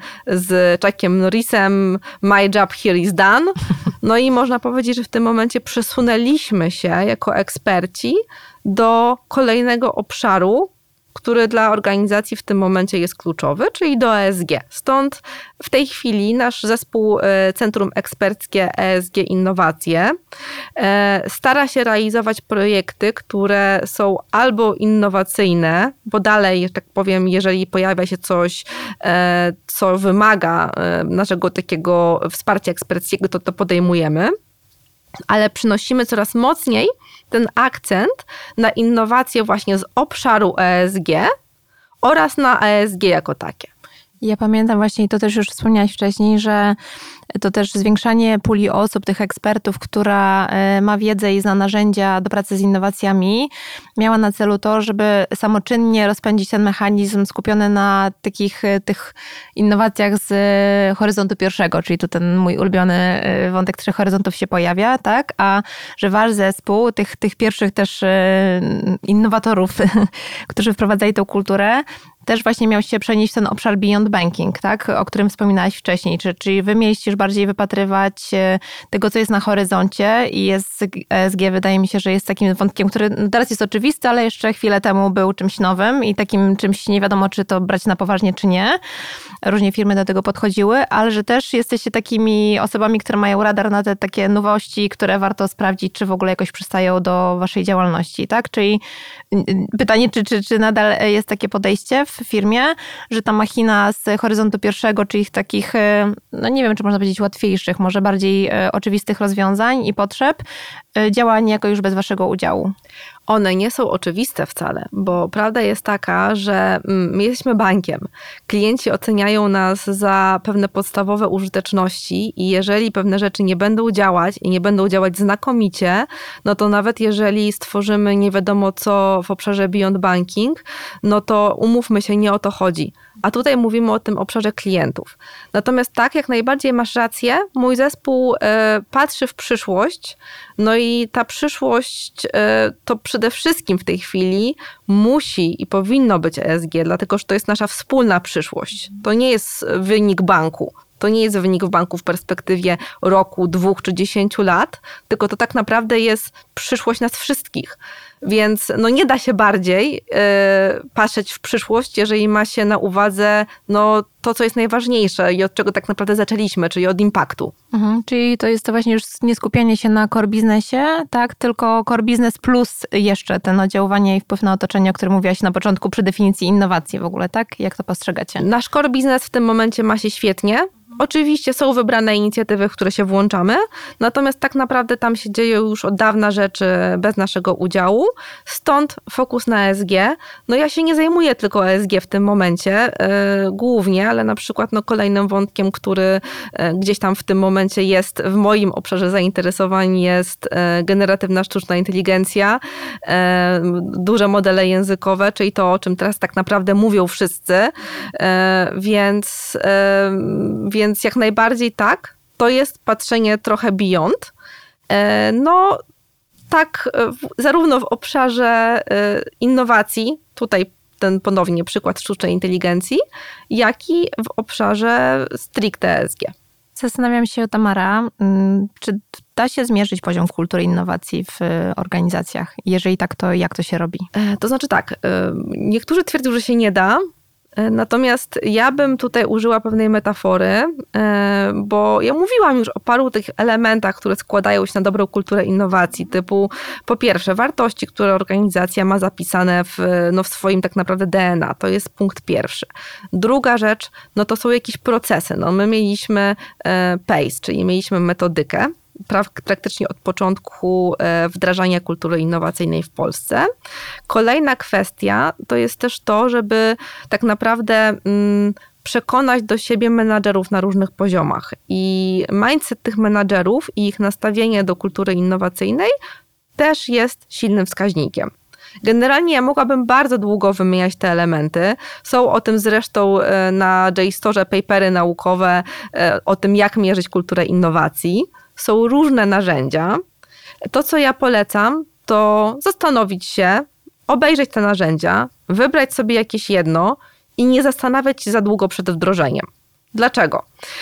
z Chuckiem Norrisem, my job here is done. No i można powiedzieć, że w tym momencie przesunęliśmy się jako eksperci do kolejnego obszaru, który dla organizacji w tym momencie jest kluczowy, czyli do ESG. Stąd w tej chwili nasz zespół Centrum Eksperckie ESG Innowacje stara się realizować projekty, które są albo innowacyjne, bo dalej, że tak powiem, jeżeli pojawia się coś, co wymaga naszego takiego wsparcia eksperckiego, to podejmujemy, ale przynosimy coraz mocniej ten akcent na innowacje właśnie z obszaru ESG oraz na ESG jako takie. Ja pamiętam właśnie, i to też już wspomniałaś wcześniej, że to też zwiększanie puli osób, tych ekspertów, która ma wiedzę i zna narzędzia do pracy z innowacjami, miała na celu to, żeby samoczynnie rozpędzić ten mechanizm skupiony na tych innowacjach z horyzontu pierwszego, czyli tu ten mój ulubiony wątek 3 horyzontów się pojawia, tak? A że wasz zespół, tych pierwszych też innowatorów, którzy wprowadzali tą kulturę, też właśnie miał się przenieść w ten obszar beyond banking, tak? O którym wspominałaś wcześniej. Czyli wy mieliście już bardziej wypatrywać tego, co jest na horyzoncie i ESG wydaje mi się, że jest takim wątkiem, który teraz jest oczywisty, ale jeszcze chwilę temu był czymś nowym i takim czymś nie wiadomo, czy to brać na poważnie, czy nie. Różnie firmy do tego podchodziły, ale że też jesteście takimi osobami, które mają radar na te takie nowości, które warto sprawdzić, czy w ogóle jakoś przystają do waszej działalności, tak? Czyli pytanie, czy nadal jest takie podejście w firmie, że ta machina z horyzontu pierwszego, czyli takich, no nie wiem, czy można powiedzieć łatwiejszych, może bardziej oczywistych rozwiązań i potrzeb, działa niejako już bez waszego udziału? One nie są oczywiste wcale, bo prawda jest taka, że my jesteśmy bankiem. Klienci oceniają nas za pewne podstawowe użyteczności i jeżeli pewne rzeczy nie będą działać i nie będą działać znakomicie, no to nawet jeżeli stworzymy nie wiadomo co w obszarze Beyond Banking, no to umówmy się, nie o to chodzi. A tutaj mówimy o tym obszarze klientów. Natomiast tak, jak najbardziej masz rację, mój zespół patrzy w przyszłość, no i ta przyszłość to przede wszystkim w tej chwili musi i powinno być ESG, dlatego że to jest nasza wspólna przyszłość. To nie jest wynik banku. To nie jest wynik w banku w perspektywie roku, 2 czy 10 lat, tylko to tak naprawdę jest przyszłość nas wszystkich. Więc no nie da się bardziej patrzeć w przyszłość, jeżeli ma się na uwadze no, to, co jest najważniejsze i od czego tak naprawdę zaczęliśmy, czyli od impaktu. Czyli to jest to właśnie już nie skupianie się na core biznesie, tak? Tylko core business plus jeszcze ten oddziaływanie i wpływ na otoczenie, o którym mówiłaś na początku przy definicji innowacji w ogóle, tak? Jak to postrzegacie? Nasz core biznes w tym momencie ma się świetnie. Oczywiście są wybrane inicjatywy, w które się włączamy, natomiast tak naprawdę tam się dzieją już od dawna rzeczy bez naszego udziału, stąd fokus na ESG. No ja się nie zajmuję tylko ESG w tym momencie głównie, ale na przykład no, kolejnym wątkiem, który gdzieś tam w tym momencie jest w moim obszarze zainteresowań jest generatywna sztuczna inteligencja, duże modele językowe, czyli to, o czym teraz tak naprawdę mówią wszyscy, więc jak najbardziej tak, to jest patrzenie trochę beyond. No tak, zarówno w obszarze innowacji, tutaj ten ponownie przykład sztucznej inteligencji, jak i w obszarze stricte ESG. Zastanawiam się, Tamara, czy da się zmierzyć poziom kultury innowacji w organizacjach? Jeżeli tak, to jak to się robi? To znaczy tak, niektórzy twierdzą, że się nie da. Natomiast ja bym tutaj użyła pewnej metafory, bo ja mówiłam już o paru tych elementach, które składają się na dobrą kulturę innowacji, typu po pierwsze wartości, które organizacja ma zapisane w swoim tak naprawdę DNA, to jest punkt pierwszy. Druga rzecz, no to są jakieś procesy. No my mieliśmy PACE, czyli mieliśmy metodykę, praktycznie od początku wdrażania kultury innowacyjnej w Polsce. Kolejna kwestia to jest też to, żeby tak naprawdę przekonać do siebie menadżerów na różnych poziomach. I mindset tych menadżerów i ich nastawienie do kultury innowacyjnej też jest silnym wskaźnikiem. Generalnie ja mogłabym bardzo długo wymieniać te elementy. Są o tym zresztą na JSTOR-ze papery naukowe o tym, jak mierzyć kulturę innowacji. Są różne narzędzia. To, co ja polecam, to zastanowić się, obejrzeć te narzędzia, wybrać sobie jakieś jedno i nie zastanawiać się za długo przed wdrożeniem. Dlaczego?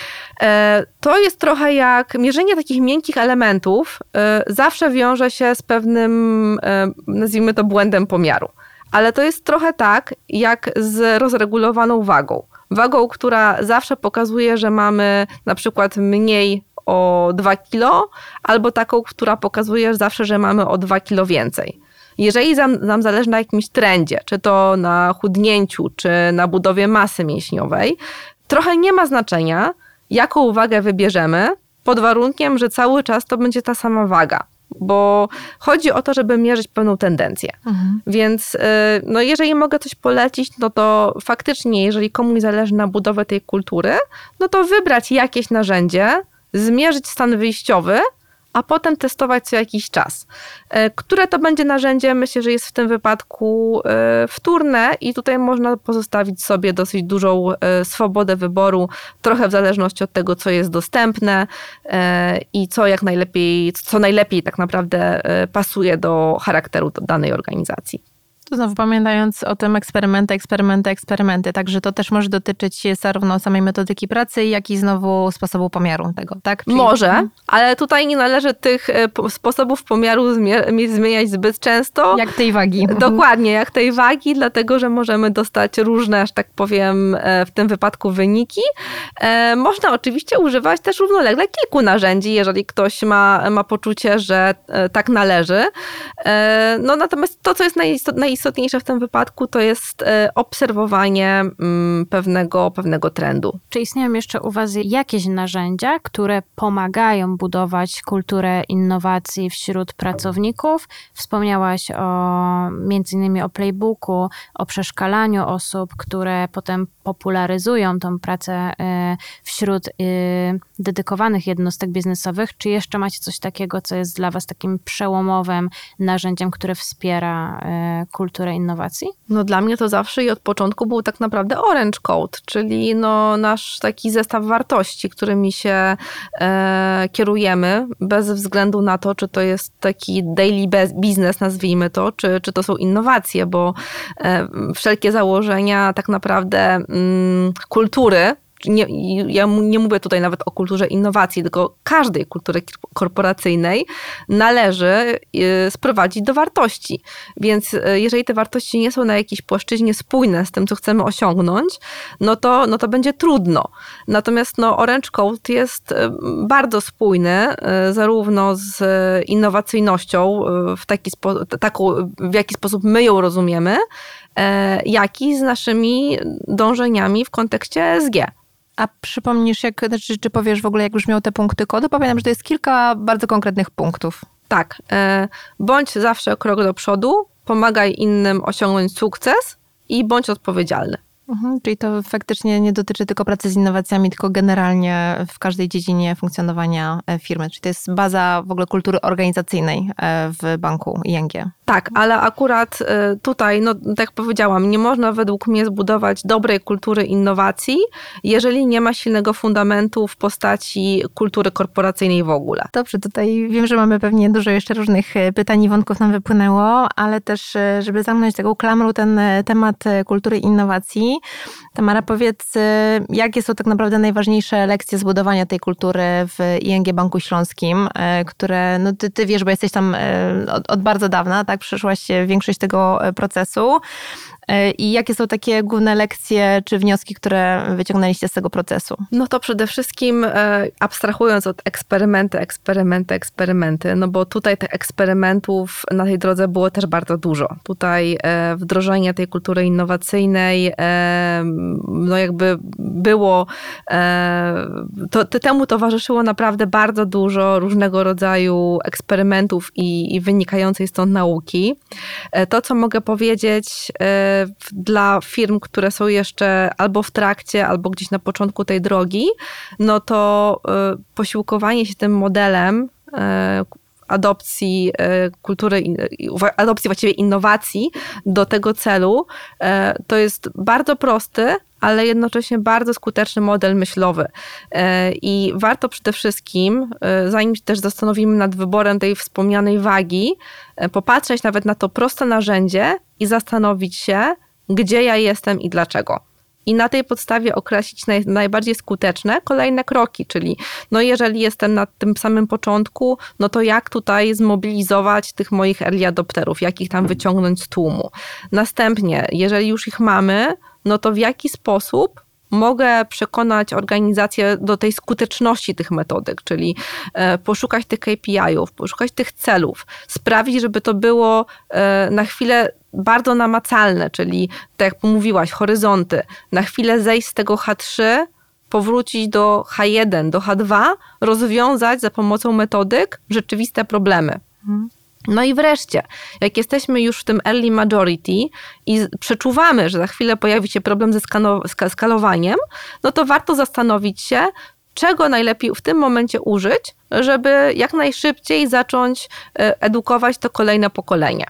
To jest trochę jak mierzenie takich miękkich elementów zawsze wiąże się z pewnym, nazwijmy to, błędem pomiaru. Ale to jest trochę tak, jak z rozregulowaną wagą. Wagą, która zawsze pokazuje, że mamy na przykład mniej o 2 kilo, albo taką, która pokazuje zawsze, że mamy o 2 kilo więcej. Jeżeli nam zależy na jakimś trendzie, czy to na chudnięciu, czy na budowie masy mięśniowej, trochę nie ma znaczenia, jaką wagę wybierzemy, pod warunkiem, że cały czas to będzie ta sama waga. Bo chodzi o to, żeby mierzyć pewną tendencję. Więc no jeżeli mogę coś polecić, no to faktycznie, jeżeli komuś zależy na budowę tej kultury, no to wybrać jakieś narzędzie, zmierzyć stan wyjściowy, a potem testować co jakiś czas. Które to będzie narzędzie? Myślę, że jest w tym wypadku wtórne i tutaj można pozostawić sobie dosyć dużą swobodę wyboru, trochę w zależności od tego, co jest dostępne i co najlepiej tak naprawdę pasuje do charakteru danej organizacji. Tu znowu pamiętając o tym eksperymenty, także to też może dotyczyć zarówno samej metodyki pracy, jak i znowu sposobu pomiaru tego, tak? Może, ale tutaj nie należy tych sposobów pomiaru zmieniać zbyt często. Jak tej wagi. Dokładnie, jak tej wagi, dlatego że możemy dostać różne, że tak powiem, w tym wypadku wyniki. Można oczywiście używać też równolegle kilku narzędzi, jeżeli ktoś ma poczucie, że tak należy. No natomiast to, co jest najistotniejsze, najistotniejsze w tym wypadku to jest obserwowanie pewnego trendu. Czy istnieją jeszcze u Was jakieś narzędzia, które pomagają budować kulturę innowacji wśród pracowników? Wspomniałaś między innymi o playbooku, o przeszkalaniu osób, które potem popularyzują tą pracę wśród dedykowanych jednostek biznesowych. Czy jeszcze macie coś takiego, co jest dla Was takim przełomowym narzędziem, które wspiera kulturę innowacji? No dla mnie to zawsze i od początku był tak naprawdę Orange Code, czyli nasz taki zestaw wartości, którymi się kierujemy, bez względu na to, czy to jest taki daily business, nazwijmy to, czy to są innowacje, bo wszelkie założenia tak naprawdę kultury, ja nie mówię tutaj nawet o kulturze innowacji, tylko każdej kultury korporacyjnej należy sprowadzić do wartości. Więc jeżeli te wartości nie są na jakiejś płaszczyźnie spójne z tym, co chcemy osiągnąć, no to będzie trudno. Natomiast Orange Code jest bardzo spójny, zarówno z innowacyjnością, w jaki sposób my ją rozumiemy, jak i z naszymi dążeniami w kontekście ESG. A przypomnisz, czy powiesz w ogóle, jak już miał te punkty kodu? Pamiętam, że to jest kilka bardzo konkretnych punktów. Tak. Bądź zawsze krok do przodu, pomagaj innym osiągnąć sukces i bądź odpowiedzialny. Czyli to faktycznie nie dotyczy tylko pracy z innowacjami, tylko generalnie w każdej dziedzinie funkcjonowania firmy. Czyli to jest baza w ogóle kultury organizacyjnej w banku ING. Tak, ale akurat tutaj, tak jak powiedziałam, nie można według mnie zbudować dobrej kultury innowacji, jeżeli nie ma silnego fundamentu w postaci kultury korporacyjnej w ogóle. Dobrze, tutaj wiem, że mamy pewnie dużo jeszcze różnych pytań i wątków nam wypłynęło, ale też, żeby zamknąć taką klamrą ten temat kultury innowacji, Tamara, powiedz, jakie są tak naprawdę najważniejsze lekcje zbudowania tej kultury w ING Banku Śląskim, które, ty wiesz, bo jesteś tam od bardzo dawna, tak? Przeszłaś większość tego procesu. I jakie są takie główne lekcje czy wnioski, które wyciągnęliście z tego procesu? No to przede wszystkim abstrahując od eksperymenty, no bo tutaj tych eksperymentów na tej drodze było też bardzo dużo. Tutaj wdrożenie tej kultury innowacyjnej, no jakby było, temu towarzyszyło naprawdę bardzo dużo różnego rodzaju eksperymentów i wynikającej stąd nauki. To, co mogę powiedzieć dla firm, które są jeszcze albo w trakcie, albo gdzieś na początku tej drogi, no to posiłkowanie się tym modelem adopcji właściwie innowacji do tego celu, to jest bardzo prosty, ale jednocześnie bardzo skuteczny model myślowy. I warto przede wszystkim, zanim też zastanowimy nad wyborem tej wspomnianej wagi, popatrzeć nawet na to proste narzędzie i zastanowić się, gdzie ja jestem i dlaczego. I na tej podstawie określić najbardziej skuteczne kolejne kroki, czyli jeżeli jestem na tym samym początku, no to jak tutaj zmobilizować tych moich early adopterów, jak ich tam wyciągnąć z tłumu. Następnie, jeżeli już ich mamy, no to w jaki sposób mogę przekonać organizację do tej skuteczności tych metodyk, czyli poszukać tych KPI-ów, poszukać tych celów, sprawić, żeby to było na chwilę bardzo namacalne, czyli tak jak mówiłaś, horyzonty, na chwilę zejść z tego H3, powrócić do H1, do H2, rozwiązać za pomocą metodyk rzeczywiste problemy. No i wreszcie, jak jesteśmy już w tym early majority i przeczuwamy, że za chwilę pojawi się problem ze skalowaniem, no to warto zastanowić się, czego najlepiej w tym momencie użyć, żeby jak najszybciej zacząć edukować to kolejne pokolenie.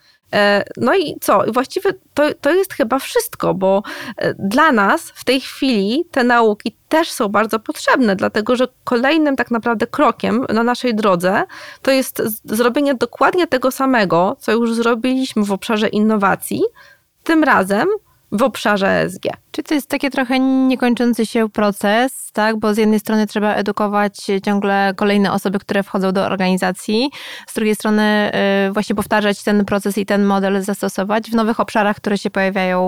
No i co? Właściwie to jest chyba wszystko, bo dla nas w tej chwili te nauki też są bardzo potrzebne, dlatego że kolejnym tak naprawdę krokiem na naszej drodze to jest zrobienie dokładnie tego samego, co już zrobiliśmy w obszarze innowacji, tym razem w obszarze ESG. Czy to jest takie trochę niekończący się proces, tak? Bo z jednej strony trzeba edukować ciągle kolejne osoby, które wchodzą do organizacji, z drugiej strony właśnie powtarzać ten proces i ten model zastosować w nowych obszarach, które się pojawiają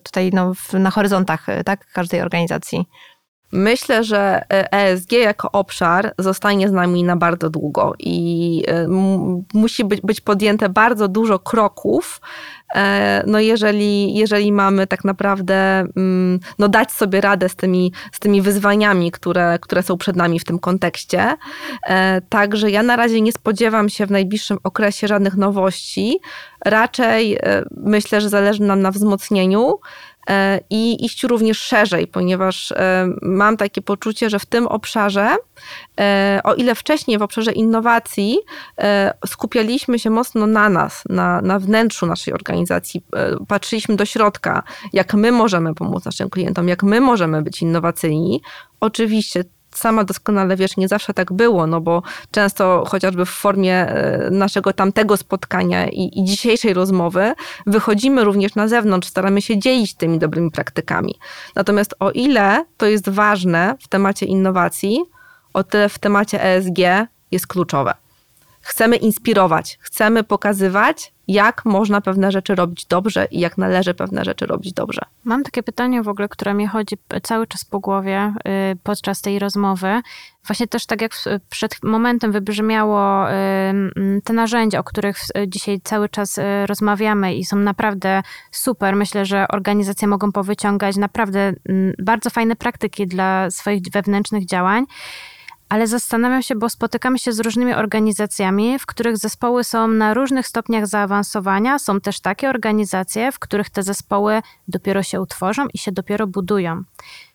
na horyzontach, tak? Każdej organizacji. Myślę, że ESG jako obszar zostanie z nami na bardzo długo i musi być podjęte bardzo dużo kroków, no jeżeli mamy tak naprawdę no dać sobie radę z tymi wyzwaniami, które są przed nami w tym kontekście. Także ja na razie nie spodziewam się w najbliższym okresie żadnych nowości. Raczej myślę, że zależy nam na wzmocnieniu i iść również szerzej, ponieważ mam takie poczucie, że w tym obszarze, o ile wcześniej w obszarze innowacji skupialiśmy się mocno na nas, na wnętrzu naszej organizacji, patrzyliśmy do środka, jak my możemy pomóc naszym klientom, jak my możemy być innowacyjni. Oczywiście sama doskonale wiesz, nie zawsze tak było, no bo często chociażby w formie naszego tamtego spotkania i dzisiejszej rozmowy wychodzimy również na zewnątrz, staramy się dzielić tymi dobrymi praktykami. Natomiast o ile to jest ważne w temacie innowacji, o tyle w temacie ESG jest kluczowe. Chcemy inspirować, chcemy pokazywać, jak można pewne rzeczy robić dobrze i jak należy pewne rzeczy robić dobrze. Mam takie pytanie w ogóle, które mi chodzi cały czas po głowie podczas tej rozmowy. Właśnie też tak jak przed momentem wybrzmiało te narzędzia, o których dzisiaj cały czas rozmawiamy i są naprawdę super. Myślę, że organizacje mogą powyciągać naprawdę bardzo fajne praktyki dla swoich wewnętrznych działań. Ale zastanawiam się, bo spotykamy się z różnymi organizacjami, w których zespoły są na różnych stopniach zaawansowania. Są też takie organizacje, w których te zespoły dopiero się utworzą i się dopiero budują.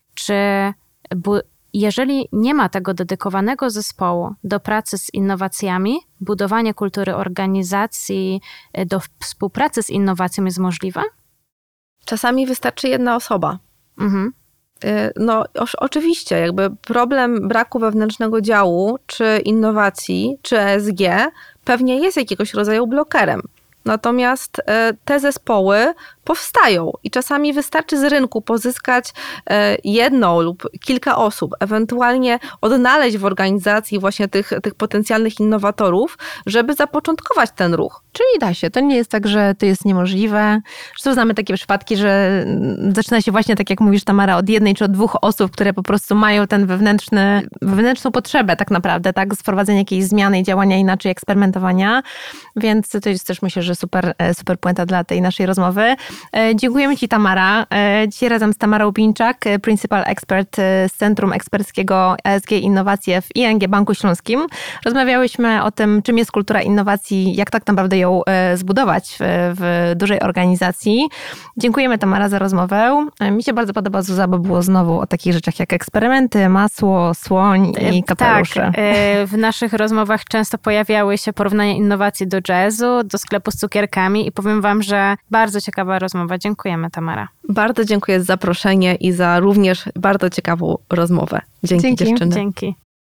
Jeżeli nie ma tego dedykowanego zespołu do pracy z innowacjami, budowanie kultury organizacji do współpracy z innowacją jest możliwe? Czasami wystarczy jedna osoba. Mhm. No oczywiście, jakby problem braku wewnętrznego działu, czy innowacji, czy ESG pewnie jest jakiegoś rodzaju blokerem. Natomiast te zespoły powstają i czasami wystarczy z rynku pozyskać jedną lub kilka osób, ewentualnie odnaleźć w organizacji właśnie tych potencjalnych innowatorów, żeby zapoczątkować ten ruch. Czyli da się. To nie jest tak, że to jest niemożliwe. Zresztą znamy takie przypadki, że zaczyna się właśnie, tak jak mówisz, Tamara, od jednej czy od dwóch osób, które po prostu mają ten wewnętrzną potrzebę tak naprawdę, tak, wprowadzenia jakiejś zmiany i działania inaczej, eksperymentowania. Więc to jest też, myślę, że super puenta dla tej naszej rozmowy. Dziękujemy Ci, Tamara. Dzisiaj razem z Tamarą Bińczak, Principal Expert z Centrum Eksperckiego ESG Innowacje w ING Banku Śląskim. Rozmawiałyśmy o tym, czym jest kultura innowacji, jak tak naprawdę ją zbudować w dużej organizacji. Dziękujemy, Tamara, za rozmowę. Mi się bardzo podoba, Zuza, bo było znowu o takich rzeczach jak eksperymenty, masło, słoń i kapelusze. Tak, w naszych rozmowach często pojawiały się porównania innowacji do jazzu, do sklepu z cukierkami i powiem wam, że bardzo ciekawa rozmowa. Dziękujemy, Tamara. Bardzo dziękuję za zaproszenie i za również bardzo ciekawą rozmowę. Dzięki. Dziewczyny. Dzięki.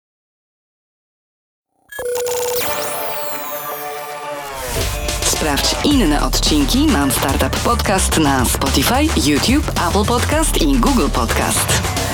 Sprawdź inne odcinki Mam Startup Podcast na Spotify, YouTube, Apple Podcast i Google Podcast.